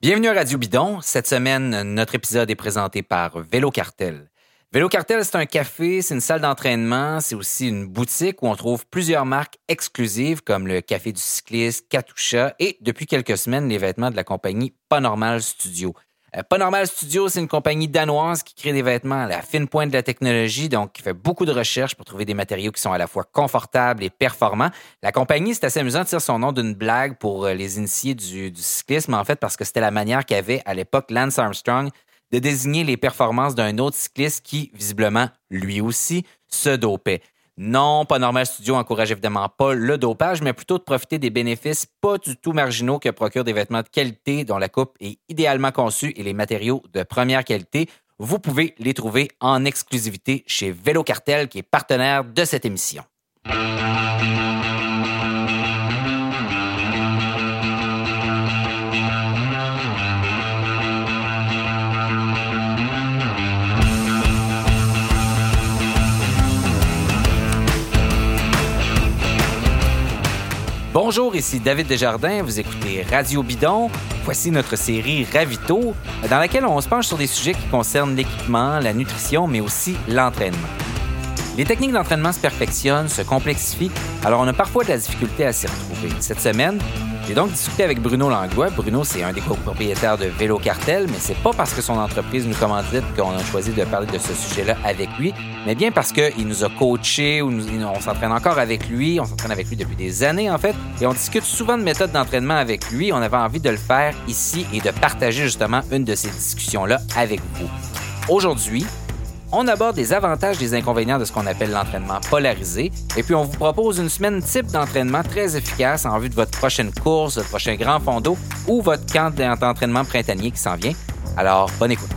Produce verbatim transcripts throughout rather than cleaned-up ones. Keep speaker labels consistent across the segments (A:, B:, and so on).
A: Bienvenue à Radio Bidon. Cette semaine, notre épisode est présenté par Vélo Cartel. Vélo Cartel, c'est un café, c'est une salle d'entraînement, c'est aussi une boutique où on trouve plusieurs marques exclusives comme le Café du cycliste, Katusha et, depuis quelques semaines, les vêtements de la compagnie Pas Normal Studio. Euh, Pas Normal Studio, c'est une compagnie danoise qui crée des vêtements à la fine pointe de la technologie, donc qui fait beaucoup de recherches pour trouver des matériaux qui sont à la fois confortables et performants. La compagnie, c'est assez amusant, tire son nom d'une blague pour euh, les initiés du, du cyclisme, en fait, parce que c'était la manière qu'avait à l'époque Lance Armstrong de désigner les performances d'un autre cycliste qui, visiblement, lui aussi, se dopait. Non, Pas Normal Studio encourage évidemment pas le dopage, mais plutôt de profiter des bénéfices pas du tout marginaux que procurent des vêtements de qualité dont la coupe est idéalement conçue et les matériaux de première qualité. Vous pouvez les trouver en exclusivité chez Vélo Cartel, qui est partenaire de cette émission. Bonjour, ici David Desjardins, vous écoutez Radio Bidon. Voici notre série Ravito, dans laquelle on se penche sur des sujets qui concernent l'équipement, la nutrition, mais aussi l'entraînement. Les techniques d'entraînement se perfectionnent, se complexifient, alors on a parfois de la difficulté à s'y retrouver. Cette semaine, j'ai donc discuté avec Bruno Langlois. Bruno, c'est un des copropriétaires de Vélo Cartel, mais c'est pas parce que son entreprise nous commandite qu'on a choisi de parler de ce sujet-là avec lui, mais bien parce qu'il nous a coachés, ou nous, on s'entraîne encore avec lui, on s'entraîne avec lui depuis des années en fait, et on discute souvent de méthodes d'entraînement avec lui. On avait envie de le faire ici et de partager justement une de ces discussions-là avec vous. Aujourd'hui, on aborde les avantages et les inconvénients de ce qu'on appelle l'entraînement polarisé. Et puis, on vous propose une semaine type d'entraînement très efficace en vue de votre prochaine course, votre prochain grand fond d'eau ou votre camp d'entraînement printanier qui s'en vient. Alors, bonne écoute.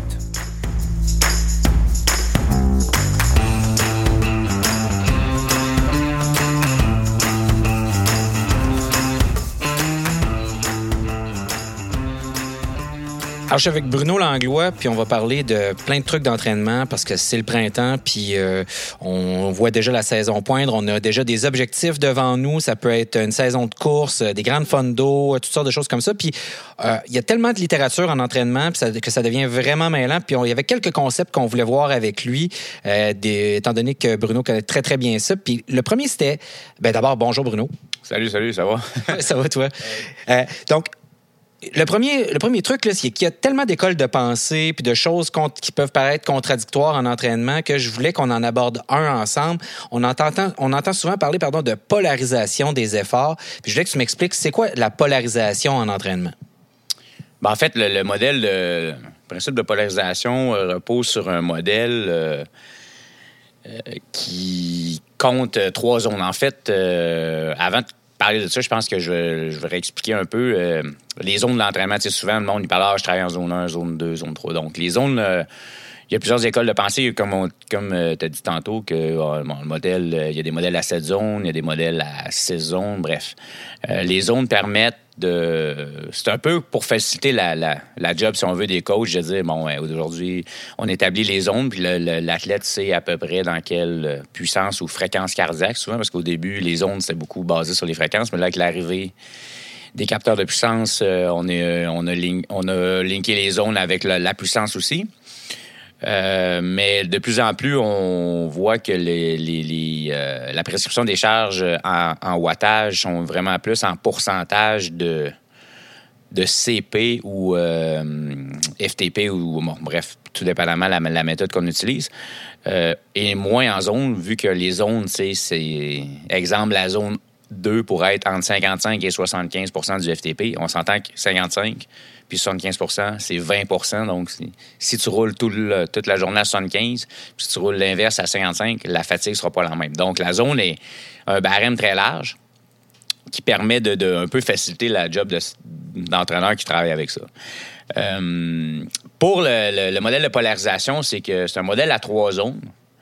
A: Alors, je suis avec Bruno Langlois, puis on va parler de plein de trucs d'entraînement parce que c'est le printemps, puis euh, on voit déjà la saison poindre. On a déjà des objectifs devant nous. Ça peut être une saison de course, des grandes fondos, toutes sortes de choses comme ça. Puis, euh, il y a tellement de littérature en entraînement puis ça, que ça devient vraiment mêlant. Puis, il y avait quelques concepts qu'on voulait voir avec lui, euh, des, étant donné que Bruno connaît très, très bien ça. Puis, le premier, c'était... Ben d'abord, bonjour Bruno.
B: Salut, salut, ça va?
A: Ça va, toi? Euh, donc, Le premier, le premier truc, là, c'est qu'il y a tellement d'écoles de pensée puis de choses qui peuvent paraître contradictoires en entraînement que je voulais qu'on en aborde un ensemble. On entend, on entend souvent parler pardon, de polarisation des efforts. Puis je voulais que tu m'expliques, c'est quoi la polarisation en entraînement?
B: Ben, en fait, le, le modèle, de, le principe de polarisation euh, repose sur un modèle euh, euh, qui compte euh, trois zones. En fait, euh, avant de parler de ça, je pense que je vais, je vais réexpliquer un peu euh, les zones de l'entraînement. Tu sais, souvent, le monde, il parle, ah, je travaille en zone un, zone deux, zone trois. Donc, les zones, euh, il y a plusieurs écoles de pensée, comme, on, comme euh, tu as dit tantôt, que euh, bon, le modèle, euh, il y a des modèles à sept zones, il y a des modèles à six zones, bref. Euh, les zones permettent de... C'est un peu pour faciliter la, la, la job, si on veut, des coachs, de dire, bon, ouais, aujourd'hui, on établit les zones, puis le, le, l'athlète sait à peu près dans quelle puissance ou fréquence cardiaque, souvent, parce qu'au début, les zones, c'était beaucoup basé sur les fréquences, mais là, avec l'arrivée des capteurs de puissance, euh, on, est, on, a link, on a linké les zones avec la, la puissance aussi. Euh, mais de plus en plus, on voit que les, les, les, euh, la prescription des charges en, en wattage sont vraiment plus en pourcentage de, de C P ou euh, F T P ou bon, bref, tout dépendamment la, la méthode qu'on utilise. Euh, et moins en zone, vu que les zones, c'est exemple la zone deux pourrait être entre cinquante-cinq et soixante-quinze pour cent du F T P. On s'entend que cinquante-cinq puis soixante-quinze pour cent, c'est vingt pour cent. Donc, si, si tu roules tout le, toute la journée à soixante-quinze, puis si tu roules l'inverse à cinquante-cinq, la fatigue ne sera pas la même. Donc, la zone est un barème très large qui permet de, de un peu faciliter la job de, d'entraîneur qui travaille avec ça. Euh, pour le, le, le modèle de polarisation, c'est que c'est un modèle à trois zones.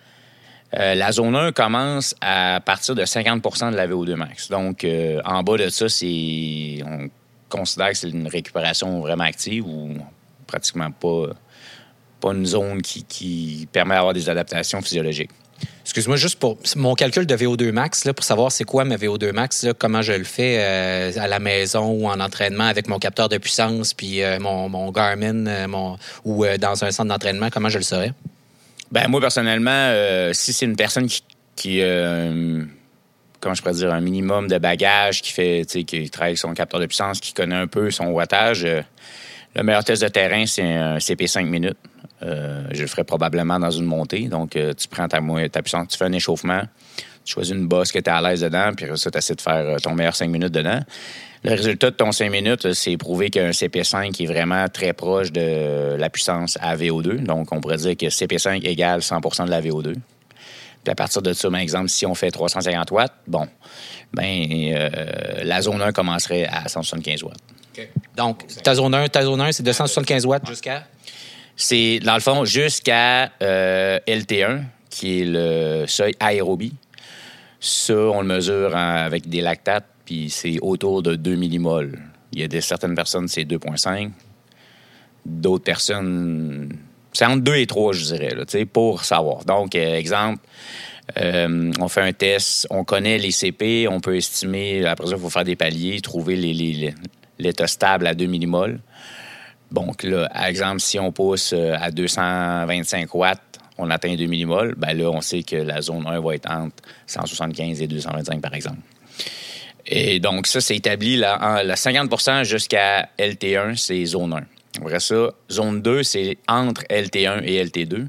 B: Euh, la zone un commence à partir de cinquante pour cent de la V O deux max. Donc, euh, en bas de ça, c'est on considère que c'est une récupération vraiment active ou pratiquement pas, pas une zone qui, qui permet d'avoir des adaptations physiologiques.
C: Excuse-moi, juste pour mon calcul de V O deux max, là, pour savoir c'est quoi ma V O deux max, là, comment je le fais euh, à la maison ou en entraînement avec mon capteur de puissance, puis euh, mon, mon Garmin euh, mon, ou euh, dans un centre d'entraînement, comment je le saurais?
B: Ben moi, personnellement, euh, si c'est une personne qui, qui euh, comment je pourrais dire, un minimum de bagages, qui fait, tu sais, qui travaille avec son capteur de puissance, qui connaît un peu son wattage, euh, le meilleur test de terrain, c'est un C P cinq minutes. Euh, je le ferai probablement dans une montée. Donc, euh, tu prends ta, ta puissance, tu fais un échauffement, tu choisis une bosse que tu es à l'aise dedans, puis ça, tu essaies de faire ton meilleur cinq minutes dedans. Le résultat de ton cinq minutes, là, c'est prouvé qu'un C P cinq est vraiment très proche de la puissance à V O deux. Donc, on pourrait dire que C P cinq égale cent pour cent de la V O deux. Puis à partir de ça, par exemple, si on fait trois cent cinquante watts, bon, ben euh, la zone un commencerait à cent soixante-quinze watts.
C: Okay. Donc, ta zone un, ta zone un, c'est deux cent soixante-quinze watts jusqu'à?
B: C'est, dans le fond, jusqu'à euh, L T un, qui est le seuil aérobie. Ça, on le mesure en, avec des lactates, puis c'est autour de deux millimoles. Il y a des, certaines personnes, c'est deux virgule cinq. D'autres personnes, c'est entre deux et trois, je dirais, là, pour savoir. Donc, euh, exemple, euh, on fait un test, on connaît les C P, on peut estimer, après ça, il faut faire des paliers, trouver les, les, les, l'état stable à deux millimoles. Donc, là, par exemple, si on pousse à deux cent vingt-cinq watts, on atteint deux millimoles, bien là, on sait que la zone un va être entre cent soixante-quinze et deux cent vingt-cinq, par exemple. Et donc, ça, c'est établi là, en, là, cinquante pour cent jusqu'à L T un, c'est zone un. Après ça, zone deux, c'est entre L T un et L T deux.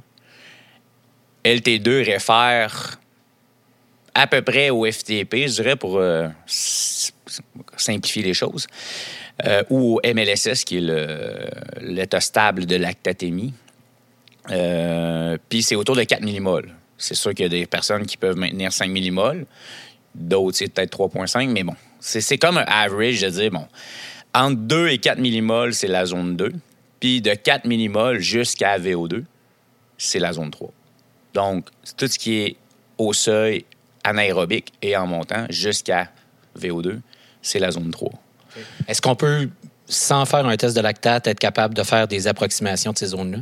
B: L T deux réfère à peu près au F T P, je dirais, pour euh, simplifier les choses. Euh, ou au M L S S, qui est le, l'état stable de lactatémie. Euh, Puis c'est autour de quatre millimoles. C'est sûr qu'il y a des personnes qui peuvent maintenir cinq millimoles. D'autres, c'est peut-être trois virgule cinq, mais bon. C'est, c'est comme un average de dire, bon, entre deux et quatre millimoles, c'est la zone deux. Puis de quatre millimoles jusqu'à V O deux, c'est la zone trois. Donc, c'est tout ce qui est au seuil anaérobique et en montant jusqu'à V O deux, c'est la zone trois.
C: Est-ce qu'on peut, sans faire un test de lactate, être capable de faire des approximations de ces zones-là?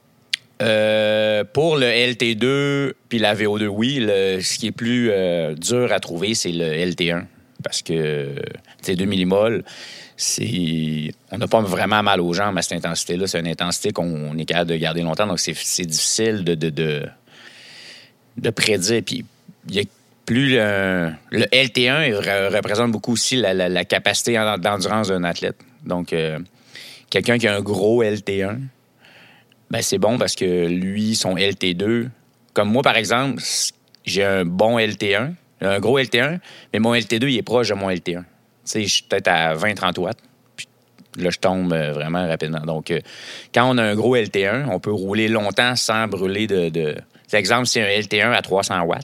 B: Euh, pour le L T deux puis la V O deux, oui. Le, ce qui est plus euh, dur à trouver, c'est le L T un. Parce que, tu sais, deux millimoles, c'est... on n'a pas vraiment mal aux jambes à cette intensité-là. C'est une intensité qu'on est capable de garder longtemps. Donc, c'est, c'est difficile de, de, de, de prédire. Puis, il y a plus le, le L T un il re, représente beaucoup aussi la, la, la capacité d'endurance d'un athlète. Donc, euh, quelqu'un qui a un gros L T un, ben c'est bon parce que lui, son L T deux, comme moi, par exemple, j'ai un bon L T un, un gros L T un, mais mon L T deux, il est proche de mon L T un. Tu sais, je suis peut-être à vingt à trente watts, puis là, je tombe vraiment rapidement. Donc, euh, quand on a un gros L T un, on peut rouler longtemps sans brûler de... de... Par exemple, si un L T un à trois cents watts,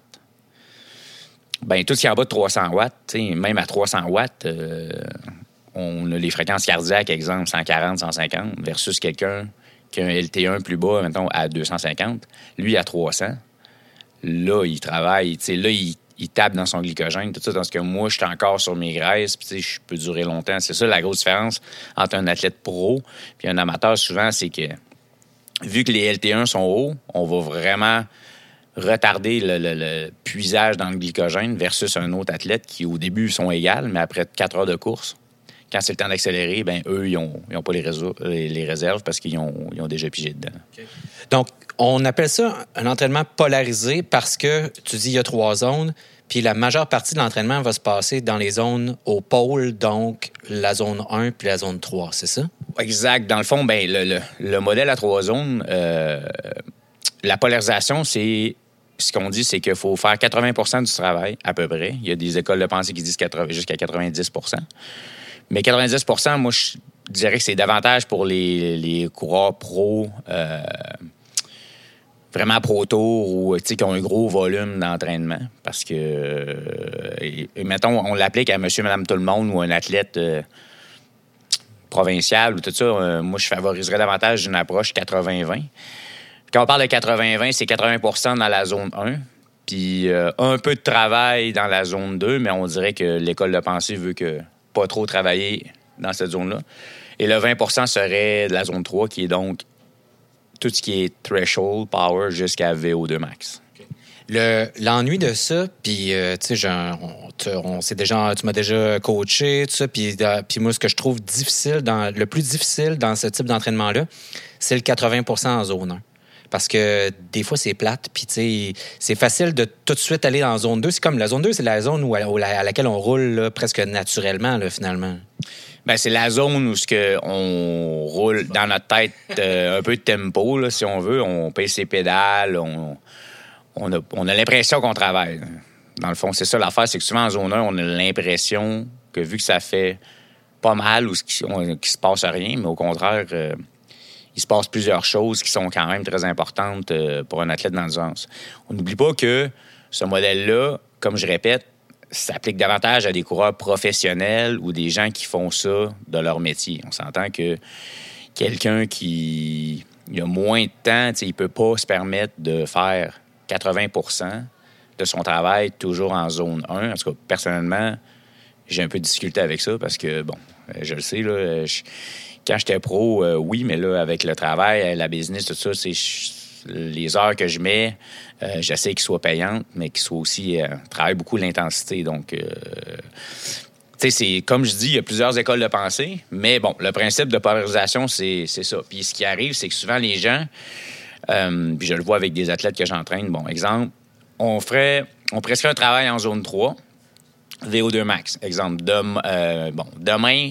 B: ben tout ce qui est en bas de trois cents watts, même à trois cents watts, euh, on a les fréquences cardiaques, exemple, cent quarante, cent cinquante, versus quelqu'un qui a un L T un plus bas, mettons, à deux cent cinquante. Lui, à trois cents. Là, il travaille, là, il, il tape dans son glycogène, tout ça, parce que moi, je suis encore sur mes graisses, puis je peux durer longtemps. C'est ça la grosse différence entre un athlète pro et un amateur, souvent, c'est que vu que les L T un sont hauts, on va vraiment retarder le, le, le puisage dans le glycogène versus un autre athlète qui, au début, sont égales, mais après quatre heures de course, quand c'est le temps d'accélérer, ben eux, ils n'ont ils ont pas les, réseaux, les réserves parce qu'ils ont, ils ont déjà pigé dedans.
C: Okay. Donc, on appelle ça un entraînement polarisé parce que, tu dis, il y a trois zones, puis la majeure partie de l'entraînement va se passer dans les zones au pôle, donc la zone un puis la zone trois, c'est ça?
B: Exact. Dans le fond, ben le, le, le modèle à trois zones, euh, la polarisation, c'est... Ce qu'on dit, c'est qu'il faut faire quatre-vingts pour cent du travail, à peu près. Il y a des écoles de pensée qui disent quatre-vingts, jusqu'à quatre-vingt-dix pour cent. Mais quatre-vingt-dix pour cent, moi, je dirais que c'est davantage pour les, les coureurs pros, euh, vraiment pro-tour ou qui ont un gros volume d'entraînement. Parce que, euh, et, et mettons, on l'applique à monsieur, madame, tout le monde ou un athlète euh, provincial ou tout ça. Euh, moi, je favoriserais davantage une approche quatre-vingts vingt. Quand on parle de quatre-vingts vingt, c'est quatre-vingts pour cent dans la zone un, puis euh, un peu de travail dans la zone deux, mais on dirait que l'école de pensée veut que pas trop travailler dans cette zone-là. Et le vingt pour cent serait de la zone trois, qui est donc tout ce qui est threshold, power, jusqu'à V O deux max.
C: Okay. Le, l'ennui de ça, puis euh, tu sais, on, te- on s'est déjà, tu m'as déjà coaché, tout ça, puis euh, puis moi, ce que je trouve difficile, dans, le plus difficile dans ce type d'entraînement-là, c'est le quatre-vingts pour cent en zone un. Parce que des fois, c'est plate, puis tu sais, c'est facile de tout de suite aller dans zone deux. C'est comme la zone deux, c'est la zone où, où la- à laquelle on roule là, presque naturellement, là, finalement.
B: Ben, c'est la zone où ce que on roule dans notre tête euh, un peu de tempo, là, si on veut. On paye ses pédales, on, on a, on a l'impression qu'on travaille. Dans le fond, c'est ça l'affaire, c'est que souvent en zone un, on a l'impression que vu que ça fait pas mal ou qu'il ne se passe rien, mais au contraire, euh, il se passe plusieurs choses qui sont quand même très importantes euh, pour un athlète d'endurance. On n'oublie pas que ce modèle-là, comme je répète, s'applique davantage à des coureurs professionnels ou des gens qui font ça de leur métier. On s'entend que quelqu'un qui il a moins de temps, il ne peut pas se permettre de faire quatre-vingts pour cent de son travail toujours en zone un. En tout cas, personnellement, j'ai un peu de difficulté avec ça parce que, bon, je le sais, là, je, quand j'étais pro, euh, oui, mais là, avec le travail, la business, tout ça, c'est les heures que je mets, euh, j'essaie qu'ils soient payantes, mais qu'ils soient aussi... Euh, travaillent beaucoup l'intensité. Donc, euh, tu sais, c'est comme je dis, il y a plusieurs écoles de pensée, mais bon, le principe de polarisation, c'est, c'est ça. Puis ce qui arrive, c'est que souvent, les gens, euh, puis je le vois avec des athlètes que j'entraîne, bon, exemple, on ferait... On prescrit un travail en zone trois, V O deux max. Exemple, dem, euh, bon, demain,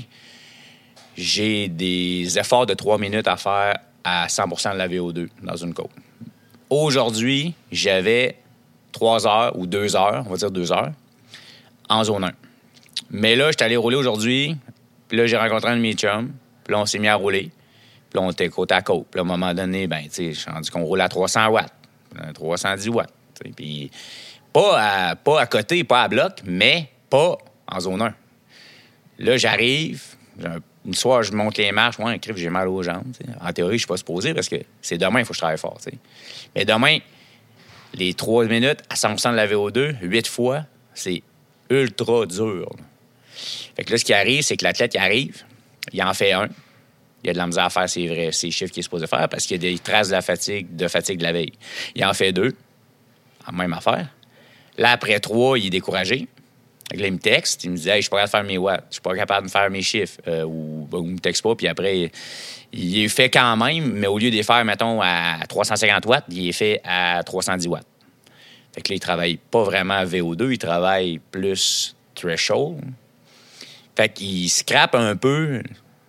B: j'ai des efforts de trois minutes à faire à cent pour cent de la V O deux dans une côte. Aujourd'hui, j'avais trois heures ou deux heures, on va dire deux heures, en zone un. Mais là, j'étais allé rouler aujourd'hui, puis là, j'ai rencontré un de mes chums, puis là, on s'est mis à rouler, puis là, on était côte à côte. Puis là, à un moment donné, ben, tu sais, je suis rendu qu'on roule à trois cents watts, trois cent dix watts. Puis pas à, pas à côté, pas à bloc, mais pas en zone un. Là, j'arrive, j'ai un Une soir, je monte les marches, moi, un crif, j'ai mal aux jambes. T'sais. En théorie, je suis pas supposé parce que c'est demain, il faut que je travaille fort. T'sais. Mais demain, les trois minutes à cent pour cent de la V O deux, huit fois, c'est ultra dur. Là. Fait que là, ce qui arrive, c'est que l'athlète, il arrive, il en fait un. Il a de la misère à faire ses vrais, ses chiffres qu'il est supposé faire parce qu'il y a des traces de la fatigue, de fatigue de la veille. Il en fait deux. Même affaire. Là, après trois, il est découragé. Là, il me texte, il me dit hey, « je suis pas capable de faire mes watts, je suis pas capable de faire mes chiffres. Euh, » ou, ou il me texte pas, puis après, il, il est fait quand même, mais au lieu de les faire, mettons, à trois cent cinquante watts, il est fait à trois cent dix watts. Fait que là, il travaille pas vraiment V O deux, il travaille plus threshold. Fait qu'il scrape un peu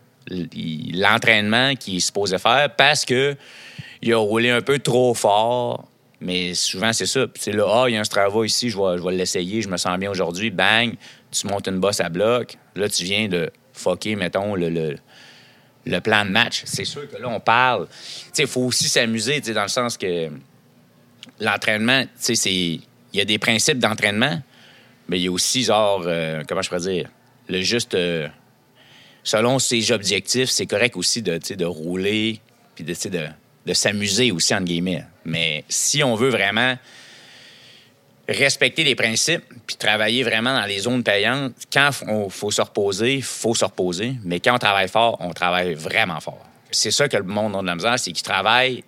B: l'entraînement qu'il est supposé faire parce que il a roulé un peu trop fort. Mais souvent, c'est ça. Puis, là, ah, il y a un Strava ici, je vais, je vais l'essayer, je me sens bien aujourd'hui. Bang, tu montes une bosse à bloc. Là, tu viens de fucker, mettons, le, le, le plan de match. C'est sûr que là, on parle. Tu sais, il faut aussi s'amuser, tu sais, dans le sens que l'entraînement, tu sais, c'est... Il y a des principes d'entraînement, mais il y a aussi, genre, euh, comment je pourrais dire, le juste... Euh, selon ses objectifs, c'est correct aussi de, tu sais, de rouler, puis de, tu sais, de... de s'amuser aussi, entre guillemets. Mais si on veut vraiment respecter les principes puis travailler vraiment dans les zones payantes, quand il faut se reposer, il faut se reposer. Mais quand on travaille fort, on travaille vraiment fort. C'est ça que le monde a de la misère, c'est qu'ils travaillent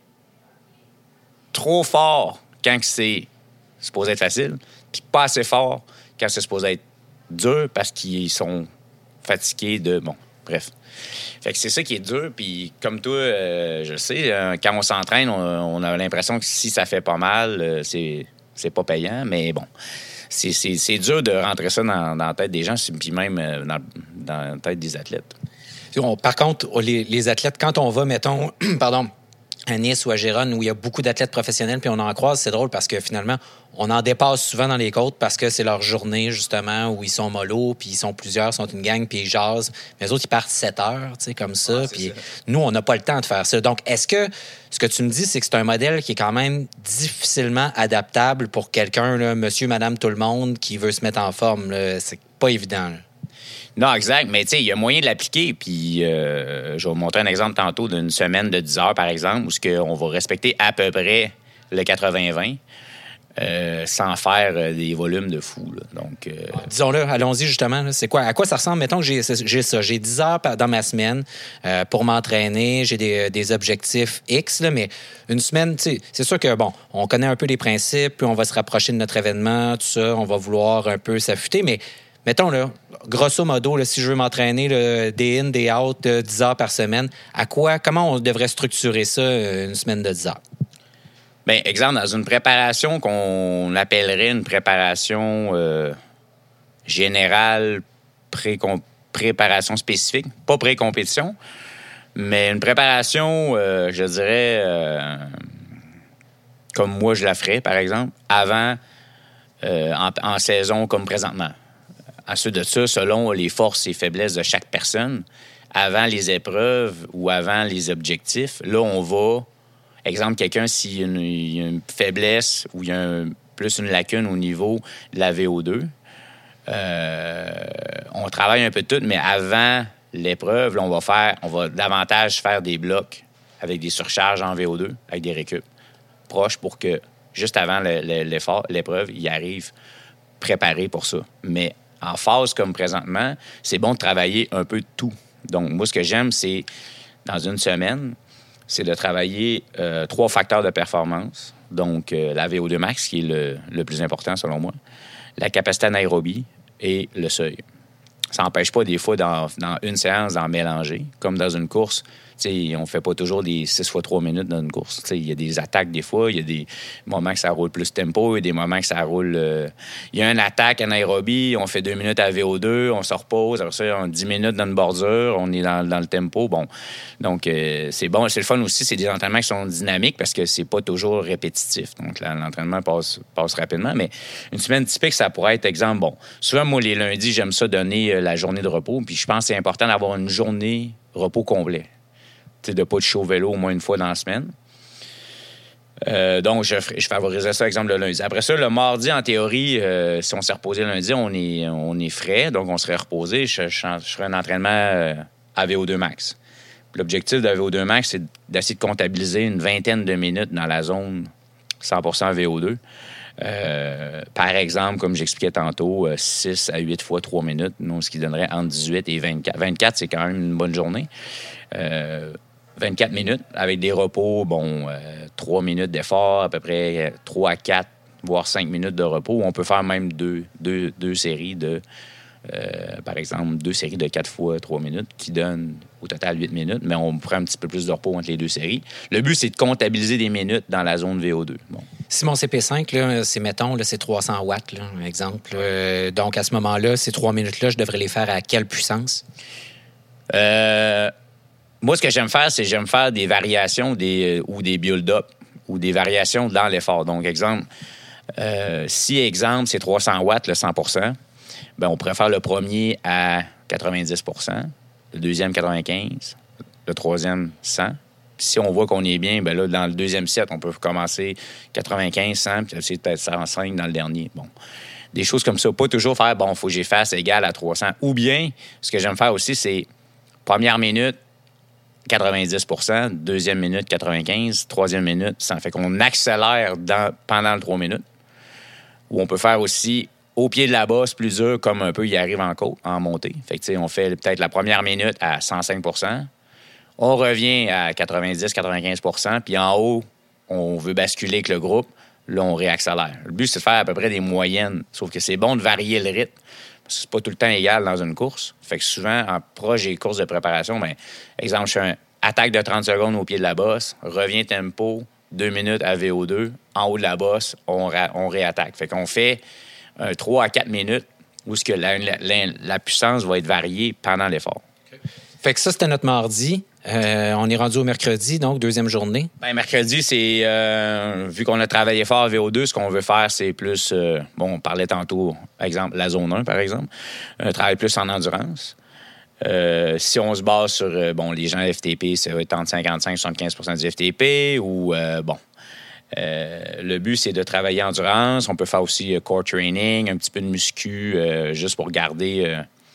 B: trop fort quand c'est supposé être facile, puis pas assez fort quand c'est supposé être dur parce qu'ils sont fatigués de... Bon, bref. Fait que c'est ça qui est dur, puis comme toi, euh, je le sais, euh, quand on s'entraîne, on, on a l'impression que si ça fait pas mal, euh, c'est, c'est pas payant, mais bon, c'est, c'est, c'est dur de rentrer ça dans, dans la tête des gens, puis même euh, dans, dans la tête des athlètes.
C: Par contre, les, les athlètes, quand on va, mettons, pardon, à Nice ou à Gérone, où il y a beaucoup d'athlètes professionnels, puis on en croise, c'est drôle parce que finalement, on en dépasse souvent dans les côtes parce que c'est leur journée, justement, où ils sont mollo, puis ils sont plusieurs, sont une gang, puis ils jasent. Mais les autres, ils partent sept heures, tu sais, comme ça. Ah, puis ça. Nous, on n'a pas le temps de faire ça. Donc, est-ce que ce que tu me dis, c'est que c'est un modèle qui est quand même difficilement adaptable pour quelqu'un, là, monsieur, madame, tout le monde, qui veut se mettre en forme, là? C'est pas évident, là.
B: Non, exact. Mais tu sais, il y a moyen de l'appliquer. Puis, euh, je vais vous montrer un exemple tantôt d'une semaine de dix heures, par exemple, où on va respecter à peu près le quatre-vingts vingt. euh, sans faire euh, des volumes de fou. Là. Donc, euh...
C: disons-le, allons-y justement. Là. C'est quoi, à quoi ça ressemble? Mettons que j'ai, j'ai ça. J'ai dix heures dans ma semaine euh, pour m'entraîner. J'ai des, des objectifs X, là, mais une semaine, c'est sûr que, bon, on connaît un peu les principes, puis on va se rapprocher de notre événement, tout ça. On va vouloir un peu s'affûter, mais mettons, là, grosso modo, là, si je veux m'entraîner là, day in, day out, euh, dix heures par semaine, à quoi, comment on devrait structurer ça, une semaine de dix heures?
B: Bien, exemple, dans une préparation qu'on appellerait une préparation euh, générale, pré-préparation spécifique, pas pré-compétition, mais une préparation, euh, je dirais, euh, comme moi je la ferais, par exemple, avant, euh, en, en saison comme présentement. Ensuite de ça, selon les forces et faiblesses de chaque personne, avant les épreuves ou avant les objectifs, là, on va... Exemple, quelqu'un, s'il y a une, il y a une faiblesse ou il y a un, plus une lacune au niveau de la V O deux, euh, on travaille un peu de tout, mais avant l'épreuve, là, on va faire, on va davantage faire des blocs avec des surcharges en V O deux, avec des récup proches pour que, juste avant le, le, l'effort, l'épreuve, il arrive préparé pour ça. Mais en phase comme présentement, c'est bon de travailler un peu de tout. Donc, moi, ce que j'aime, c'est, dans une semaine, c'est de travailler euh, trois facteurs de performance. Donc, euh, la V O deux max, qui est le, le plus important selon moi, la capacité anaérobie et le seuil. Ça n'empêche pas des fois, dans, dans une séance, d'en mélanger. Comme dans une course, t'sais, on ne fait pas toujours des six fois trois minutes dans une course. Il y a des attaques des fois, il y a des moments que ça roule plus tempo, il y a des moments que ça roule... Il euh... y a une attaque anaérobie, on fait deux minutes à V O deux, on se repose, après ça, on dix minutes dans une bordure, on est dans, dans le tempo. Bon, donc euh, c'est bon. C'est le fun aussi, c'est des entraînements qui sont dynamiques parce que c'est pas toujours répétitif. Donc là, l'entraînement passe, passe rapidement, mais une semaine typique, ça pourrait être, exemple, bon, souvent, moi, les lundis, j'aime ça donner euh, la journée de repos, puis je pense que c'est important d'avoir une journée repos complet. De ne pas toucher au vélo au moins une fois dans la semaine. Euh, donc, je, je favorisais ça, exemple, le lundi. Après ça, le mardi, en théorie, euh, si on s'est reposé le lundi, on est, on est frais, donc on serait reposé. Je, je, je ferais un entraînement euh, à V O deux max. Puis l'objectif de V O deux max, c'est d'essayer de comptabiliser une vingtaine de minutes dans la zone cent pour cent V O deux. Euh, par exemple, comme j'expliquais tantôt, six à huit fois trois minutes, donc, ce qui donnerait entre dix-huit et vingt-quatre. vingt-quatre, c'est quand même une bonne journée. Euh, vingt-quatre minutes avec des repos, bon, euh, trois minutes d'effort, à peu près trois à quatre, voire cinq minutes de repos. On peut faire même deux, deux, deux séries de, euh, par exemple, deux séries de quatre fois trois minutes qui donnent au total huit minutes, mais on prend un petit peu plus de repos entre les deux séries. Le but, c'est de comptabiliser des minutes dans la zone V O deux. Bon.
C: Si mon C P cinq, là, c'est, mettons, là, c'est trois cents watts, là, un exemple. Euh, donc, à ce moment-là, ces trois minutes-là, je devrais les faire à quelle puissance?
B: Euh... Moi, ce que j'aime faire, c'est j'aime faire des variations des, euh, ou des build-up ou des variations dans l'effort. Donc, exemple, euh, si, exemple, c'est trois cents watts, le cent pour cent, bien, on pourrait faire le premier à quatre-vingt-dix pour cent, le deuxième quatre-vingt-quinze, le troisième cent. Puis si on voit qu'on est bien, bien là, dans le deuxième set, on peut commencer quatre-vingt-quinze, cent, puis essayer de peut-être cent cinq dans le dernier. Bon. Des choses comme ça. Pas toujours faire, bon, il faut que j'efface égal à trois cents. Ou bien, ce que j'aime faire aussi, c'est première minute, quatre-vingt-dix pour cent, deuxième minute, quatre-vingt-quinze, troisième minute, ça fait qu'on accélère dans, pendant le trois minutes. Ou on peut faire aussi au pied de la bosse plus dur, comme un peu il arrive en côte, en montée. Fait que, on fait peut-être la première minute à cent cinq pour cent, on revient à quatre-vingt-dix à quatre-vingt-quinze pour cent, puis en haut, on veut basculer avec le groupe, là, on réaccélère. Le but, c'est de faire à peu près des moyennes, sauf que c'est bon de varier le rythme. C'est pas tout le temps égal dans une course. Fait que souvent, en proche des courses de préparation, bien, exemple, je fais un attaque de trente secondes au pied de la bosse, revient tempo, deux minutes à V O deux, en haut de la bosse, on, ra- on réattaque. Fait qu'on fait un trois à quatre minutes où ce que la, la, la puissance va être variée pendant l'effort.
C: Okay. Fait que ça, c'était notre mardi. Euh, on est rendu au mercredi, donc deuxième journée.
B: Bien, mercredi, c'est euh, vu qu'on a travaillé fort à V O deux, ce qu'on veut faire, c'est plus, euh, bon, on parlait tantôt, par exemple, la zone un, par exemple, un travail plus en endurance. Euh, si on se base sur, euh, bon, les gens F T P, ça va être entre cinquante-cinq et soixante-quinze pour cent du F T P, ou, euh, bon, euh, le but, c'est de travailler en endurance. On peut faire aussi euh, core training, un petit peu de muscu, euh, juste pour garder... Euh,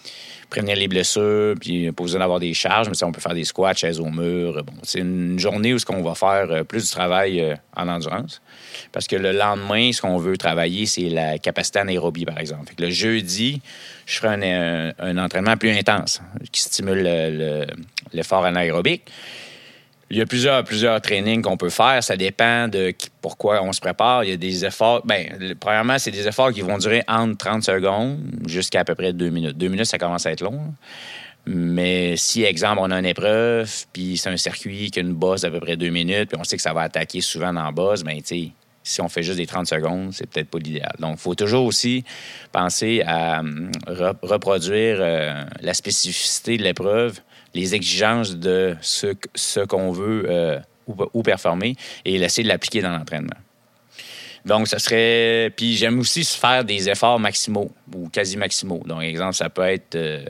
B: prévenir les blessures, puis pas besoin d'avoir des charges, mais on peut faire des squats, chaises au mur. Bon, c'est une journée où ce qu'on va faire plus du travail en endurance. Parce que le lendemain, ce qu'on veut travailler, c'est la capacité anaérobie, par exemple. Fait que le jeudi, je ferai un, un, un entraînement plus intense qui stimule le, le, l'effort anaérobique. Il y a plusieurs, plusieurs trainings qu'on peut faire. Ça dépend de qui, pourquoi on se prépare. Il y a des efforts... Bien, premièrement, c'est des efforts qui vont durer entre trente secondes jusqu'à à peu près deux minutes. Deux minutes, ça commence à être long. Là. Mais si, exemple, on a une épreuve, puis c'est un circuit qui a une bosse d'à peu près deux minutes, puis on sait que ça va attaquer souvent dans la bosse, bien, tu sais, si on fait juste des trente secondes, c'est peut-être pas l'idéal. Donc, il faut toujours aussi penser à re- reproduire euh, la spécificité de l'épreuve, les exigences de ce, ce qu'on veut euh, ou, ou performer et essayer de l'appliquer dans l'entraînement. Donc, ça serait... Puis, j'aime aussi faire des efforts maximaux ou quasi maximaux. Donc, exemple, ça peut être... Euh...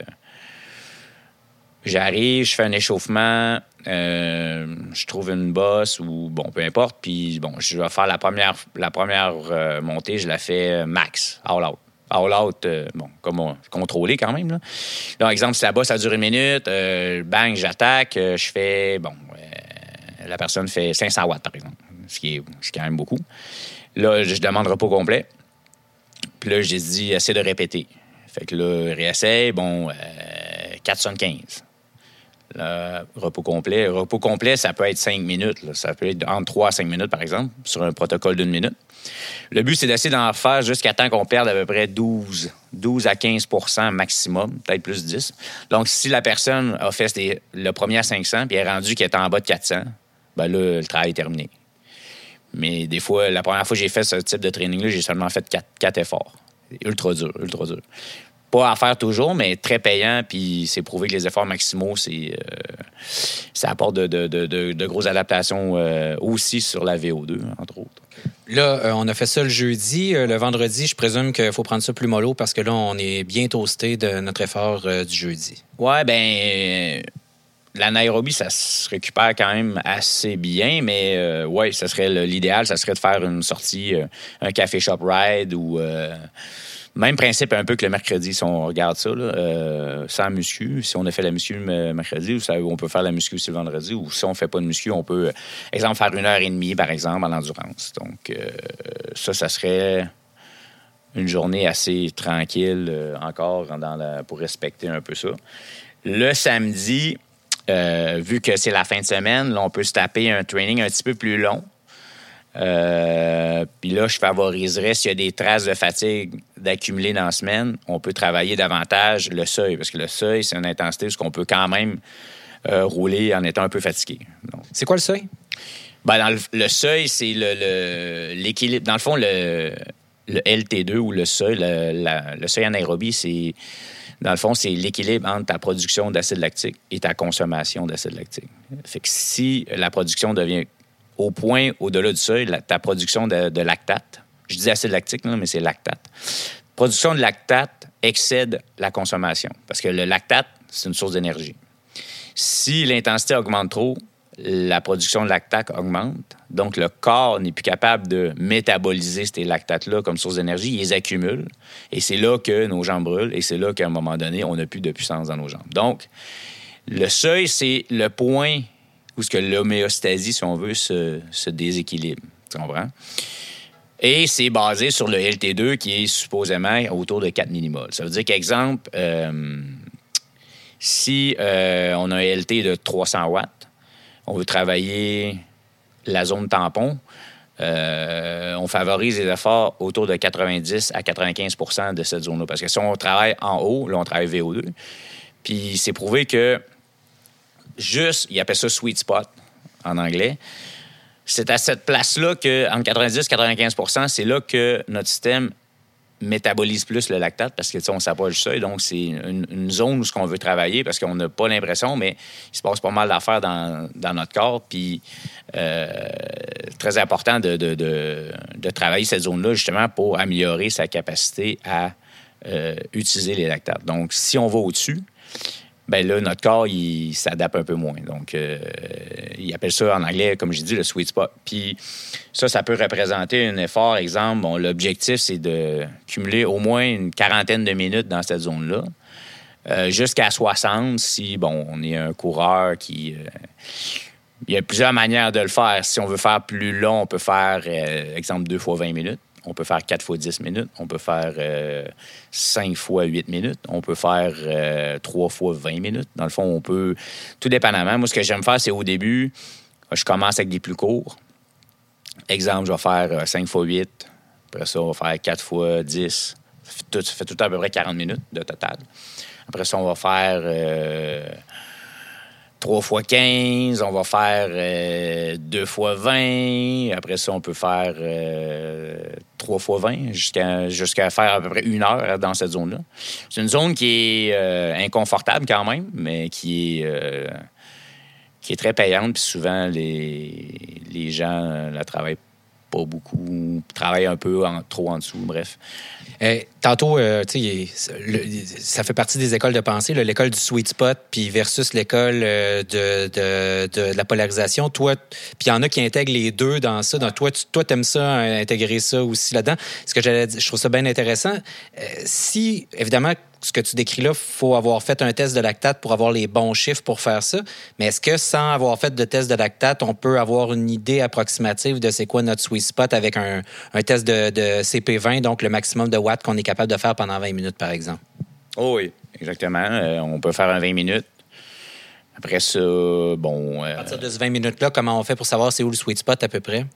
B: J'arrive, je fais un échauffement, euh, je trouve une bosse ou, bon, peu importe, puis, bon, je vais faire la première, la première euh, montée, je la fais max, all out. All out, euh, bon, comme on, contrôlé quand même, là. Donc, exemple, si la bosse, ça dure une minute, euh, bang, j'attaque, euh, je fais, bon, euh, la personne fait cinq cents watts, par exemple, ce qui est, ce qui est quand même beaucoup. Là, je demande repos complet. Puis là, j'ai dit, essaie de répéter. Fait que là, réessaye, bon, euh, quatre cent soixante-quinze. Là, repos complet. Repos complet, ça peut être cinq minutes. Là. Ça peut être entre trois à cinq minutes, par exemple, sur un protocole d'une minute. Le but, c'est d'essayer d'en faire jusqu'à temps qu'on perde à peu près douze, douze à quinze pour cent maximum, peut-être plus dix. Donc, si la personne a fait des, le premier à cinq cents puis est rendu qu'elle est en bas de quatre cents, ben là, le travail est terminé. Mais des fois, la première fois que j'ai fait ce type de training-là, j'ai seulement fait quatre efforts. Ultra dur, ultra dur. Pas à faire toujours, mais très payant, puis c'est prouvé que les efforts maximaux, c'est, euh, ça apporte de, de, de, de grosses adaptations euh, aussi sur la V O deux, entre autres.
C: Là, euh, on a fait ça le jeudi. Euh, le vendredi, je présume qu'il faut prendre ça plus mollo parce que là, on est bien toasté de notre effort euh, du jeudi.
B: Ouais, ben euh, l'anaérobie, ça se récupère quand même assez bien, mais euh, ouais, ça serait le, l'idéal, ça serait de faire une sortie, euh, un café shop ride ou... Euh, Même principe un peu que le mercredi, si on regarde ça, là, euh, sans muscu. Si on a fait la muscu le mercredi, on peut faire la muscu aussi le vendredi. Ou si on ne fait pas de muscu, on peut, exemple, faire une heure et demie, par exemple, en endurance. Donc, euh, ça, ça serait une journée assez tranquille euh, encore dans la, pour respecter un peu ça. Le samedi, euh, vu que c'est la fin de semaine, là, on peut se taper un training un petit peu plus long. Euh, puis là, je favoriserais, s'il y a des traces de fatigue d'accumuler dans la semaine, on peut travailler davantage le seuil, parce que le seuil, c'est une intensité où on peut quand même euh, rouler en étant un peu fatigué. Donc,
C: c'est quoi le seuil?
B: Ben, dans le, le seuil, c'est le, le, l'équilibre. Dans le fond, le, le L T deux ou le seuil, le, la, le seuil anaérobie, c'est, dans le fond, c'est l'équilibre entre ta production d'acide lactique et ta consommation d'acide lactique. Fait que si la production devient au point, au-delà du seuil, la, ta production de, de lactate. Je dis acide lactique, là, mais c'est lactate. Production de lactate excède la consommation parce que le lactate, c'est une source d'énergie. Si l'intensité augmente trop, la production de lactate augmente. Donc, le corps n'est plus capable de métaboliser ces lactates-là comme source d'énergie. Il les accumule. Et c'est là que nos jambes brûlent. Et c'est là qu'à un moment donné, on n'a plus de puissance dans nos jambes. Donc, le seuil, c'est le point où ce que l'homéostasie, si on veut, se, se déséquilibre. Tu comprends? Et c'est basé sur le L T deux qui est supposément autour de quatre millimoles. Ça veut dire qu'exemple, euh, si euh, on a un L T de trois cents watts, on veut travailler la zone tampon, euh, on favorise les efforts autour de quatre-vingt-dix à quatre-vingt-quinze pour cent de cette zone-là. Parce que si on travaille en haut, là, on travaille V O deux. Puis c'est prouvé que juste, ils appellent ça sweet spot en anglais. C'est à cette place-là que, entre quatre-vingt-dix et quatre-vingt-quinze pour cent, c'est là que notre système métabolise plus le lactate parce que, tu sais, on s'approche du seuil. Donc, c'est une, une zone où ce qu'on veut travailler parce qu'on n'a pas l'impression, mais il se passe pas mal d'affaires dans, dans notre corps. Puis, euh, très important de, de, de, de travailler cette zone-là justement pour améliorer sa capacité à euh, utiliser les lactates. Donc, si on va au-dessus, ben là, notre corps, il s'adapte un peu moins. Donc, euh, il appelle ça en anglais, comme j'ai dit, le sweet spot. Puis ça, ça peut représenter un effort. Exemple, bon, l'objectif, c'est de cumuler au moins une quarantaine de minutes dans cette zone-là. euh, jusqu'à soixante si, bon, on est un coureur qui... Euh, il y a plusieurs manières de le faire. Si on veut faire plus long, on peut faire, euh, exemple, deux fois vingt minutes. On peut faire quatre fois dix minutes. On peut faire euh, cinq fois huit minutes. On peut faire euh, trois fois vingt minutes. Dans le fond, on peut... Tout dépendamment. Moi, ce que j'aime faire, c'est au début, je commence avec des plus courts. Exemple, je vais faire euh, cinq fois huit. Après ça, on va faire quatre fois dix. Tout, ça fait tout à peu près quarante minutes de total. Après ça, on va faire... Euh, trois fois quinze, on va faire euh, deux fois vingt. Après ça, on peut faire euh, trois fois vingt jusqu'à, jusqu'à faire à peu près une heure dans cette zone-là. C'est une zone qui est euh, inconfortable quand même, mais qui est, euh, qui est très payante. Puis souvent, les, les gens la travaillent pas beaucoup, travaillent un peu en, trop en dessous, bref.
C: Euh, tantôt, euh, tu sais, ça fait partie des écoles de pensée, là, l'école du sweet spot, puis versus l'école euh, de, de, de, de la polarisation. Toi, puis il y en a qui intègrent les deux dans ça. Donc, toi, tu toi, aimes ça, euh, intégrer ça aussi là-dedans. Ce que j'allais dire, je trouve ça bien intéressant. Euh, si, évidemment, ce que tu décris là, il faut avoir fait un test de lactate pour avoir les bons chiffres pour faire ça. Mais est-ce que sans avoir fait de test de lactate, on peut avoir une idée approximative de c'est quoi notre sweet spot avec un, un test de, de C P vingt, donc le maximum de watts qu'on est capable de faire pendant vingt minutes, par exemple?
B: Oh oui, exactement. Euh, on peut faire un vingt minutes. Après ça, bon... Euh...
C: À partir de ce vingt minutes-là, comment on fait pour savoir c'est où le sweet spot à peu près?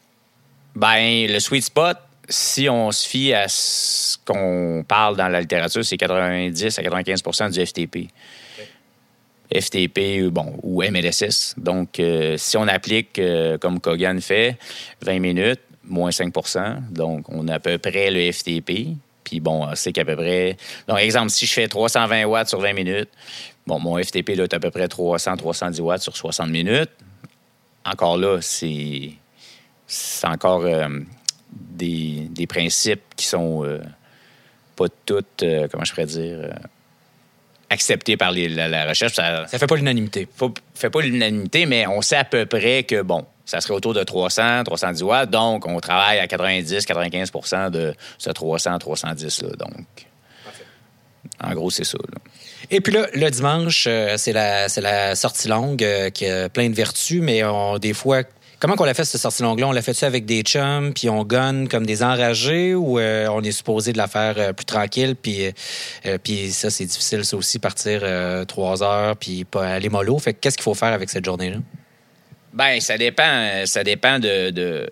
B: Ben, le sweet spot, si on se fie à ce qu'on parle dans la littérature, c'est quatre-vingt-dix à quatre-vingt-quinze pour cent du F T P. Okay. F T P, bon, ou M L S S. Donc, euh, si on applique, euh, comme Kogan fait, vingt minutes, moins cinq pour cent, donc on a à peu près le F T P. Puis bon, c'est qu'à peu près... Donc, exemple, si je fais trois cent vingt watts sur vingt minutes, bon, mon F T P là, est à peu près trois cents à trois cent dix watts sur soixante minutes. Encore là, c'est, c'est encore... Euh, Des, des principes qui sont euh, pas toutes, euh, comment je pourrais dire, euh, acceptés par les, la, la recherche. Ça
C: ne fait pas l'unanimité.
B: ne fait pas l'unanimité, mais on sait à peu près que, bon, ça serait autour de trois cents à trois cent dix watts. Donc, on travaille à quatre-vingt-dix à quatre-vingt-quinze pour cent de ce trois cents à trois cent dix. Là, donc, parfait. En gros, c'est ça. Là.
C: Et puis là, le dimanche, euh, c'est, la, c'est la sortie longue euh, qui a plein de vertus, mais on, des fois... Comment qu'on l'a fait, cette sortie longue-là? On l'a fait-tu avec des chums, puis on gonne comme des enragés, ou euh, on est supposé de la faire euh, plus tranquille, puis euh, puis ça, c'est difficile, ça aussi, partir euh, trois heures, puis pas aller mollo. Fait que qu'est-ce qu'il faut faire avec cette journée-là?
B: Bien, ça dépend. Ça dépend de... de...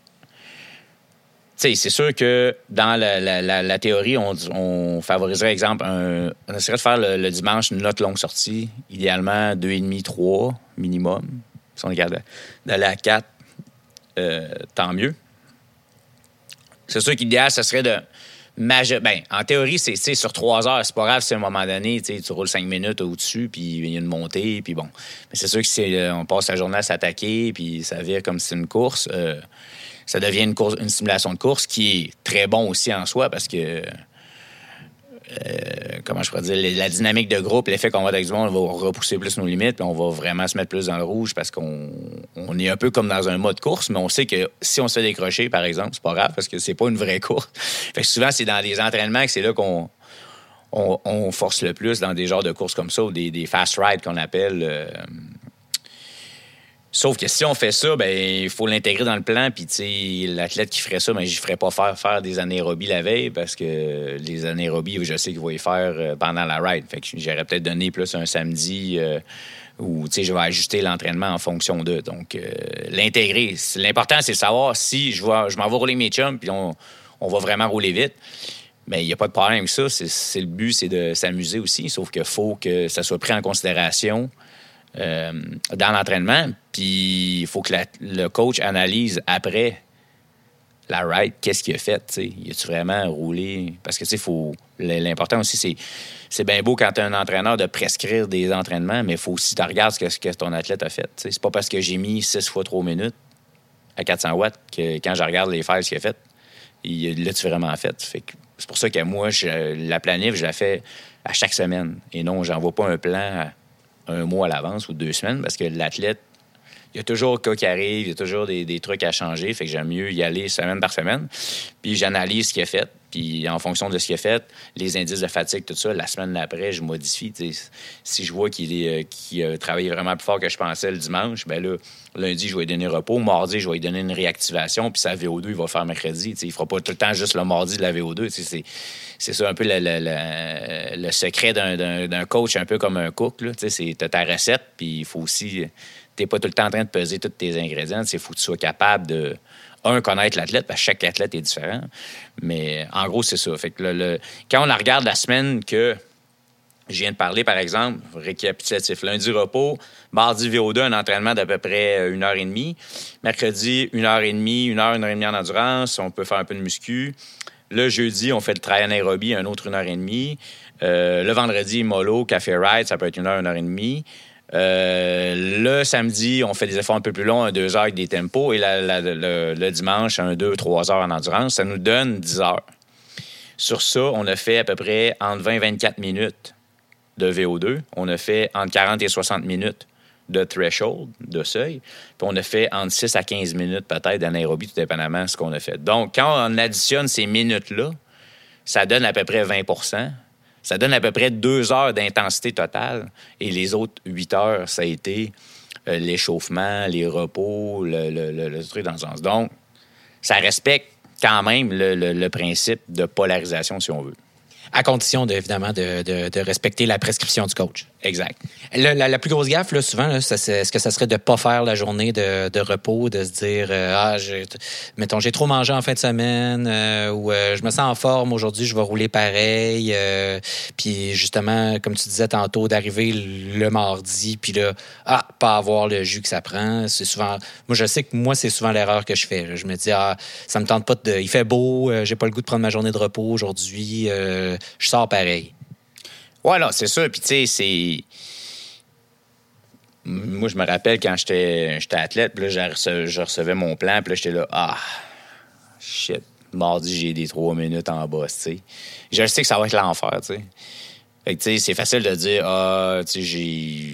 B: Tu sais, c'est sûr que dans la, la, la, la théorie, on, on favoriserait, exemple, un, on essaierait de faire le, le dimanche une autre longue sortie, idéalement deux et demi, trois minimum. Si on regarde d'aller à quatre, euh, tant mieux. C'est sûr qu'idéal, ce serait de... Majeur... Ben, en théorie, c'est sur trois heures, c'est pas grave si à un moment donné, tu roules cinq minutes au-dessus, puis il y a une montée, puis bon. Mais c'est sûr que si on passe la journée à s'attaquer, puis ça vire comme si c'est une course, euh, ça devient une, course, une simulation de course qui est très bon aussi en soi, parce que... Euh, comment je pourrais dire, la dynamique de groupe, l'effet qu'on va avec du monde, on va repousser plus nos limites, puis on va vraiment se mettre plus dans le rouge parce qu'on on est un peu comme dans un mode course, mais on sait que si on se fait décrocher, par exemple, c'est pas grave parce que c'est pas une vraie course. Fait que souvent, c'est dans des entraînements que c'est là qu'on on, on force le plus dans des genres de courses comme ça, ou des, des fast rides qu'on appelle. Euh... Sauf que si on fait ça, ben il faut l'intégrer dans le plan. Puis, tu sais, l'athlète qui ferait ça, ben, je ne ferais pas faire faire des anaérobies la veille parce que les anaérobies, je sais qu'il va y faire pendant la ride. Fait que j'aurais peut-être donné plus un samedi euh, où, tu sais, je vais ajuster l'entraînement en fonction d'eux. Donc, euh, l'intégrer. L'important, c'est de savoir si je, vais, je m'en vais rouler mes chums puis on, on va vraiment rouler vite. Mais il n'y a pas de problème avec ça. C'est, c'est le but, c'est de s'amuser aussi. Sauf qu'il faut que ça soit pris en considération Euh, dans l'entraînement, puis il faut que la, le coach analyse après la ride, qu'est-ce qu'il a fait, t'sais. Y a-tu vraiment roulé? Parce que, tu sais, faut... l'important aussi, c'est, c'est bien beau quand tu es un entraîneur de prescrire des entraînements, mais il faut aussi que tu regardes ce que, ce que ton athlète a fait. T'sais. C'est pas parce que j'ai mis six fois trois minutes à quatre cents watts que quand je regarde les files qu'il a fait, il l'a-tu vraiment fait? Fait que c'est pour ça que moi, je, la planif, je la fais à chaque semaine. Et non, j'envoie pas un plan à un mois à l'avance ou deux semaines parce que l'athlète, il y a toujours le cas qui arrive, il y a toujours des, des trucs à changer. Fait que j'aime mieux y aller semaine par semaine. Puis j'analyse ce qu'il a fait. Puis en fonction de ce qu'il a fait, les indices de fatigue, tout ça, la semaine d'après, je modifie. T'sais. Si je vois qu'il, est, qu'il a travaillé vraiment plus fort que je pensais le dimanche, bien là, lundi, je vais lui donner repos. Mardi, je vais lui donner une réactivation. Puis sa V O deux, il va faire mercredi. T'sais. Il ne fera pas tout le temps juste le mardi de la V O deux. C'est, c'est ça un peu le, le, le, le secret d'un, d'un, d'un coach, un peu comme un cook. Tu as ta recette, puis il faut aussi... Tu n'es pas tout le temps en train de peser tous tes ingrédients. Il faut que tu sois capable de... Un, connaître l'athlète, parce que chaque athlète est différent. Mais en gros, c'est ça. Fait que le, le, quand on la regarde la semaine que je viens de parler, par exemple, récapitulatif, lundi repos, mardi V O deux, un entraînement d'à peu près une heure et demie. Mercredi, une heure et demie, une heure, une heure et demie en endurance. On peut faire un peu de muscu. Le jeudi, on fait le trail anaérobie, un autre une heure et demie. Euh, le vendredi, mollo, café ride, ça peut être une heure, une heure et demie. Euh, le samedi, on fait des efforts un peu plus longs, un deux heures avec des tempos. Et la, la, le, le dimanche, un deux, trois heures en endurance. Ça nous donne dix heures. Sur ça, on a fait à peu près entre vingt et vingt-quatre minutes de V O deux. On a fait entre quarante et soixante minutes de threshold, de seuil. Puis on a fait entre six à quinze minutes peut-être d'anaérobie, tout dépendamment de ce qu'on a fait. Donc, quand on additionne ces minutes-là, ça donne à peu près vingt pour cent. Ça donne à peu près deux heures d'intensité totale. Et les autres huit heures, ça a été euh, l'échauffement, les repos, le, le, le, le truc dans ce sens. Donc, ça respecte quand même le, le, le principe de polarisation, si on veut.
C: À condition, de, évidemment, de, de, de respecter la prescription du coach.
B: Exact.
C: Le, la, la plus grosse gaffe, là, souvent, là, ça, c'est, est-ce que ça serait de ne pas faire la journée de, de repos, de se dire, euh, ah, j'ai, mettons, j'ai trop mangé en fin de semaine, euh, ou euh, je me sens en forme, aujourd'hui, je vais rouler pareil. Euh, puis justement, comme tu disais tantôt, d'arriver le mardi, puis là, ah, pas avoir le jus que ça prend. C'est souvent, moi, je sais que moi, c'est souvent l'erreur que je fais. Je me dis, ah, ça me tente pas de. Il fait beau, euh, j'ai pas le goût de prendre ma journée de repos aujourd'hui, euh, je sors pareil.
B: Ouais, là, c'est ça. Puis, tu sais, c'est. Moi, je me rappelle quand j'étais, j'étais athlète, puis là, je recevais, je recevais mon plan, puis là, j'étais là, ah, shit, mardi, j'ai des trois minutes en boss, tu sais. Je sais que ça va être l'enfer, tu sais. Fait que, tu sais, c'est facile de dire, ah, tu sais, j'ai.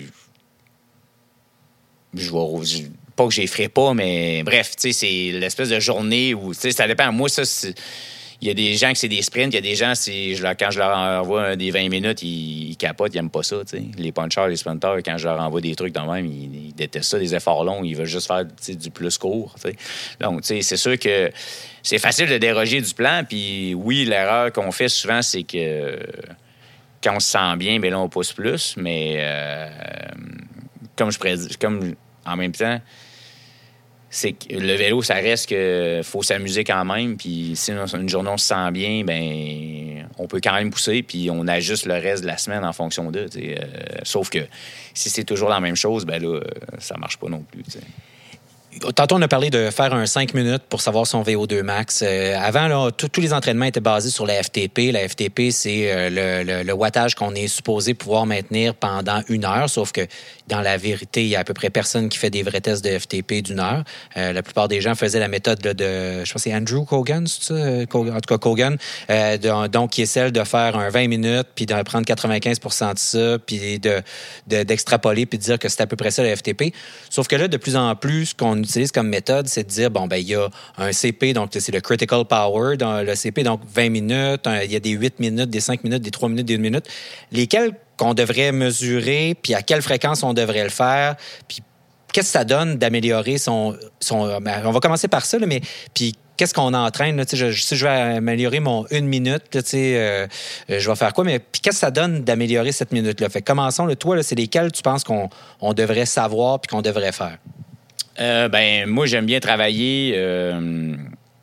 B: Je vais. Pas que j'y ferai pas, mais bref, tu sais, c'est l'espèce de journée où, tu sais, ça dépend. Moi, ça, c'est. Il y a des gens que c'est des sprints, il y a des gens, c'est, je leur, quand je leur envoie des vingt minutes, ils, ils capotent, ils n'aiment pas ça. T'sais. Les punchers, les sprinters, quand je leur envoie des trucs dans le même, ils, ils détestent ça, des efforts longs, ils veulent juste faire du plus court. T'sais. Donc, c'est sûr que c'est facile de déroger du plan. Puis oui, l'erreur qu'on fait souvent, c'est que quand on se sent bien, bien là, on pousse plus. Mais euh, comme je prédis, comme en même temps, c'est que le vélo, ça reste que faut s'amuser quand même. Puis si une journée, on se sent bien, ben on peut quand même pousser. Puis on ajuste le reste de la semaine en fonction d'eux. Euh, sauf que si c'est toujours la même chose, ben là, ça marche pas non plus. T'sais.
C: Tantôt, on a parlé de faire un cinq minutes pour savoir son V O deux max. Euh, avant, là, tous les entraînements étaient basés sur la F T P. La F T P, c'est euh, le, le, le wattage qu'on est supposé pouvoir maintenir pendant une heure, sauf que dans la vérité, il y a à peu près personne qui fait des vrais tests de F T P d'une heure. Euh, la plupart des gens faisaient la méthode là, de, je pense que c'est Andrew Kogan, c'est ça? En tout cas, Kogan. Euh, de, donc, qui est celle de faire un vingt minutes, puis de prendre quatre-vingt-quinze pour cent de ça, puis de, de, d'extrapoler, puis de dire que c'est à peu près ça, la F T P. Sauf que là, de plus en plus, ce qu'on utilise comme méthode, c'est de dire, bon, ben il y a un C P, donc c'est le Critical Power, dans le C P, donc vingt minutes, il y a des huit minutes, des cinq minutes, des trois minutes, des une minute, lesquels qu'on devrait mesurer, puis à quelle fréquence on devrait le faire, puis qu'est-ce que ça donne d'améliorer son... son ben, on va commencer par ça, là, mais puis qu'est-ce qu'on entraîne? Là, je, si je vais améliorer mon une minute, là, euh, je vais faire quoi? Mais puis qu'est-ce que ça donne d'améliorer cette minute-là? Fait commençons, là, toi, là, c'est lesquels tu penses qu'on on devrait savoir puis qu'on devrait faire?
B: Euh, ben, moi, j'aime bien travailler. Euh,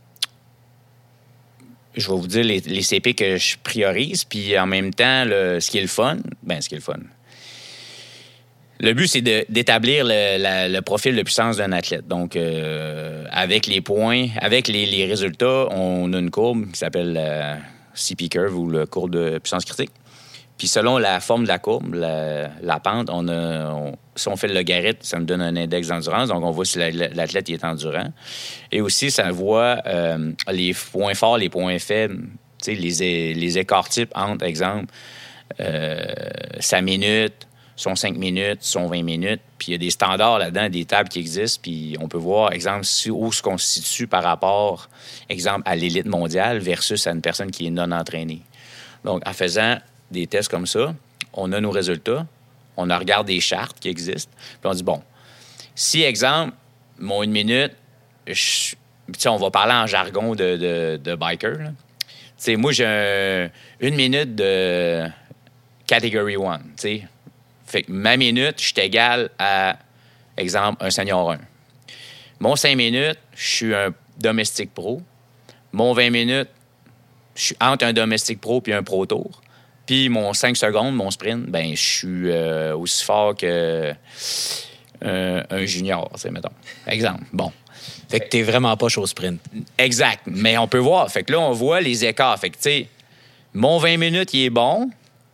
B: je vais vous dire les, les C P que je priorise, puis en même temps, le, ce qui est le fun, ben, ce qui est le fun. Le but, c'est de, d'établir le, la, le profil de puissance d'un athlète. Donc, euh, avec les points, avec les, les résultats, on a une courbe qui s'appelle la C P curve ou la courbe de puissance critique. Puis selon la forme de la courbe, la, la pente, on a, on, si on fait le logarithme, ça me donne un index d'endurance. Donc, on voit si la, l'athlète il est endurant. Et aussi, ça voit euh, les points forts, les points faibles, les, les écarts types entre, exemple, euh, sa minute, sont cinq minutes, sont vingt minutes. Puis il y a des standards là-dedans, des tables qui existent. Puis on peut voir, exemple, où se constitue par rapport, exemple, à l'élite mondiale versus à une personne qui est non entraînée. Donc, en faisant des tests comme ça, on a nos résultats, on regarde des chartes qui existent, puis on dit, bon, si, exemple, mon une minute, je, on va parler en jargon de, de, de biker, là. T'sais, moi, j'ai un, une minute de category one, t'sais. Fait que ma minute, je suis égal à, exemple, un senior un. Mon cinq minutes, je suis un domestique pro. Mon vingt minutes, je suis entre un domestique pro puis un pro tour. Puis mon cinq secondes, mon sprint, ben je suis euh, aussi fort que euh, un junior, tu sais, mettons. Exemple. Bon.
C: Fait que t'es vraiment pas chaud au sprint.
B: Exact. Mais on peut voir. Fait que là, on voit les écarts. Fait que, tu sais, mon vingt minutes, il est bon.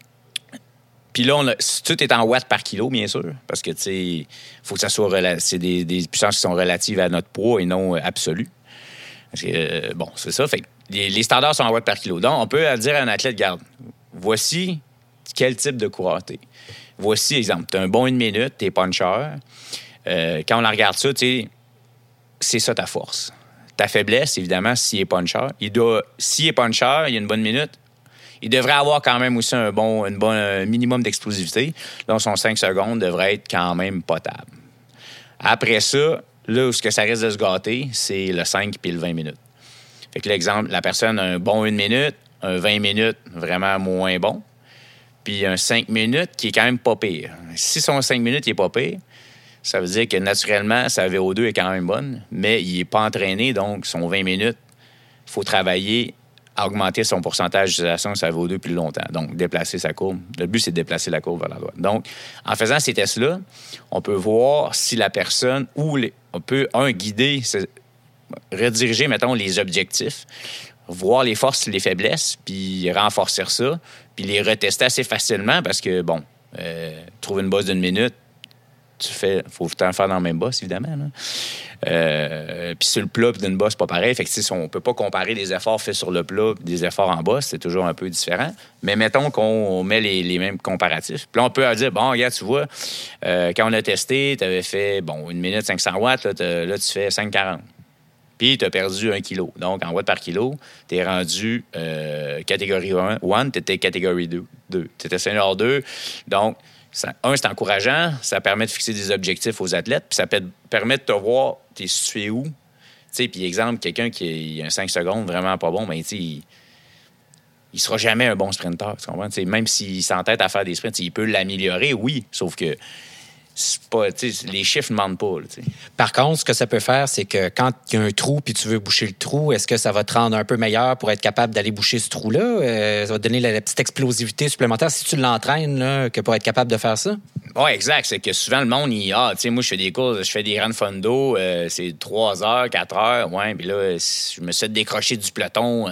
B: Puis là, on a, tout est en watts par kilo, bien sûr. Parce que, tu sais, il faut que ça soit... Rela- c'est des, des puissances qui sont relatives à notre poids et non euh, absolues. Parce que, euh, bon, c'est ça. Fait que les, les standards sont en watts par kilo. Donc, on peut dire à un athlète, regarde, voici quel type de coureur t'es. Voici, exemple, t'as un bon une minute, t'es puncher. Euh, quand on la regarde ça, tu sais, c'est ça ta force. Ta faiblesse, évidemment, s'il est puncher, il doit, s'il est puncher, il y a une bonne minute, il devrait avoir quand même aussi un bon, une bonne, un minimum d'explosivité. Donc, son cinq secondes devrait être quand même potable. Après ça, là où ce que ça risque de se gâter, c'est le cinq puis le vingt minutes. Fait que l'exemple, la personne a un bon une minute, un vingt minutes vraiment moins bon, puis un cinq minutes qui est quand même pas pire. Si son cinq minutes il est pas pire, ça veut dire que naturellement, sa V O deux est quand même bonne, mais il n'est pas entraîné, donc son vingt minutes, il faut travailler à augmenter son pourcentage d'utilisation de sa V O deux plus longtemps. Donc, déplacer sa courbe. Le but, c'est de déplacer la courbe vers la droite. Donc, en faisant ces tests-là, on peut voir si la personne ou les, on peut, un, guider, rediriger, mettons, les objectifs, voir les forces et les faiblesses, puis renforcer ça, puis les retester assez facilement parce que, bon, euh, trouver une bosse d'une minute, tu fais, faut t'en faire dans le même boss, évidemment. Là. Euh, puis sur le plat, puis d'une bosse, c'est pas pareil. Fait que, on peut pas comparer des efforts faits sur le plat et des efforts en bosse. C'est toujours un peu différent. Mais mettons qu'on met les, les mêmes comparatifs. Puis là, on peut dire, bon, regarde, tu vois, euh, quand on a testé, tu avais fait, bon, une minute, cinq cents watts. Là, là tu fais cinq quarante. Puis tu as perdu un kilo. Donc, en watts par kilo, tu es rendu euh, catégorie un, tu étais catégorie deux. Tu étais senior deux. Donc, ça, un, c'est encourageant, ça permet de fixer des objectifs aux athlètes, puis ça peut, permet de te voir, t'es situé où. Tu sais, puis exemple, quelqu'un qui a un cinq secondes vraiment pas bon, bien, tu sais, il, il sera jamais un bon sprinter, tu comprends? T'sais, même s'il s'entête à faire des sprints, il peut l'améliorer, oui, sauf que c'est pas, les chiffres ne mentent pas. Là,
C: par contre, ce que ça peut faire, c'est que quand il y a un trou puis tu veux boucher le trou, est-ce que ça va te rendre un peu meilleur pour être capable d'aller boucher ce trou-là? Euh, ça va te donner la, la petite explosivité supplémentaire si tu l'entraînes là, que pour être capable de faire ça?
B: Oui, exact. C'est que souvent, le monde, il ah, tu sais, moi, je fais des courses, je fais des runs fondo, euh, c'est trois heures, quatre heures, ouais, puis là, je me suis décroché du peloton. Euh,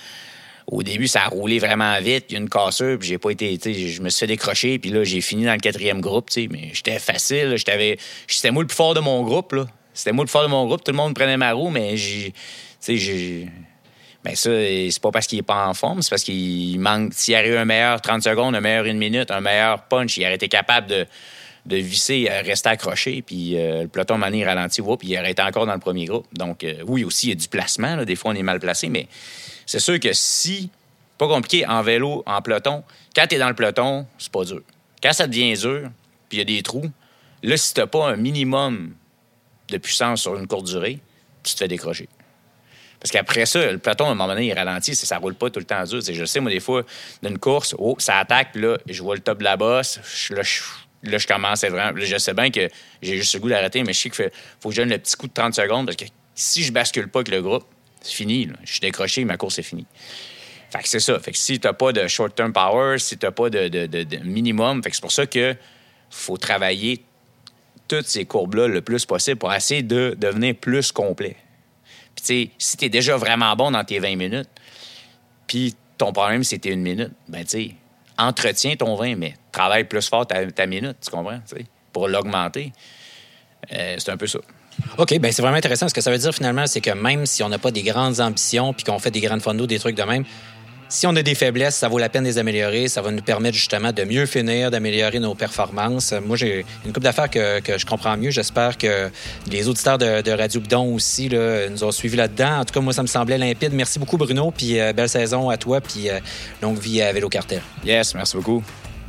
B: Au début, ça a roulé vraiment vite. Il y a une cassure, puis j'ai pas été... Je me suis fait décrocher, puis là, j'ai fini dans le quatrième groupe, tu sais. Mais j'étais facile, j'étais... C'était moi le plus fort de mon groupe, là. C'était moi le plus fort de mon groupe. Tout le monde prenait ma roue, mais j'ai... Tu sais, j'ai... Ben ça, c'est pas parce qu'il est pas en forme, c'est parce qu'il manque... S'il arrive un meilleur trente secondes, un meilleur une minute, un meilleur punch, il aurait été capable de, de visser, rester accroché, puis euh, le peloton m'a ralenti, puis il aurait été encore dans le premier groupe. Donc, euh, oui, aussi, il y a du placement, là. Des fois, on est mal placé, mais... C'est sûr que si, pas compliqué, en vélo, en peloton, quand tu es dans le peloton, c'est pas dur. Quand ça devient dur, puis il y a des trous, là, si tu n'as pas un minimum de puissance sur une courte durée, tu te fais décrocher. Parce qu'après ça, le peloton, à un moment donné, il ralentit, ça roule pas tout le temps dur. T'sais, je sais, moi, des fois, d'une course, oh, ça attaque, puis là, je vois le top de la bosse, là, je, là, je commence à vraiment... Là, je sais bien que j'ai juste le goût d'arrêter, mais je sais qu'il faut que je donne le petit coup de trente secondes, parce que si je bascule pas avec le groupe, c'est fini, là. Je suis décroché, ma course est finie. Fait que c'est ça. Fait que si t'as pas de short-term power, si t'as pas de, de, de, de minimum, fait que c'est pour ça que faut travailler toutes ces courbes-là le plus possible pour essayer de devenir plus complet. Puis tu sais, si t'es déjà vraiment bon dans tes vingt minutes, puis ton problème, c'est tes une minute, ben tu sais, entretiens ton vingt, mais travaille plus fort ta, ta minute, tu comprends? T'sais, pour l'augmenter. Euh, c'est un peu ça.
C: OK, bien c'est vraiment intéressant. Ce que ça veut dire finalement, c'est que même si on n'a pas des grandes ambitions puis qu'on fait des grandes fondos, des trucs de même, si on a des faiblesses, ça vaut la peine de les améliorer. Ça va nous permettre justement de mieux finir, d'améliorer nos performances. Moi, j'ai une couple d'affaires que, que je comprends mieux. J'espère que les auditeurs de, de Radio Bidon aussi là, nous ont suivis là-dedans. En tout cas, moi, ça me semblait limpide. Merci beaucoup, Bruno. Puis euh, belle saison à toi. Puis euh, longue vie à Vélo Cartel.
B: Yes, merci beaucoup.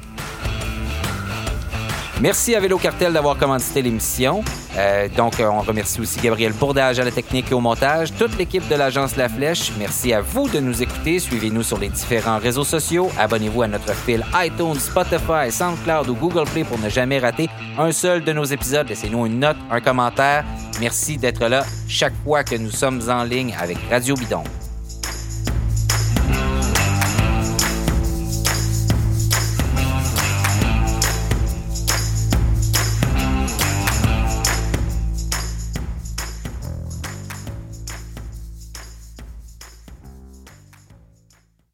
A: Merci à Vélo Cartel d'avoir commandité l'émission. Euh, donc, on remercie aussi Gabriel Bourdage à la technique et au montage, toute l'équipe de l'Agence La Flèche. Merci à vous de nous écouter. Suivez-nous sur les différents réseaux sociaux. Abonnez-vous à notre fil iTunes, Spotify, SoundCloud ou Google Play pour ne jamais rater un seul de nos épisodes. Laissez-nous une note, un commentaire. Merci d'être là chaque fois que nous sommes en ligne avec Radio Bidon.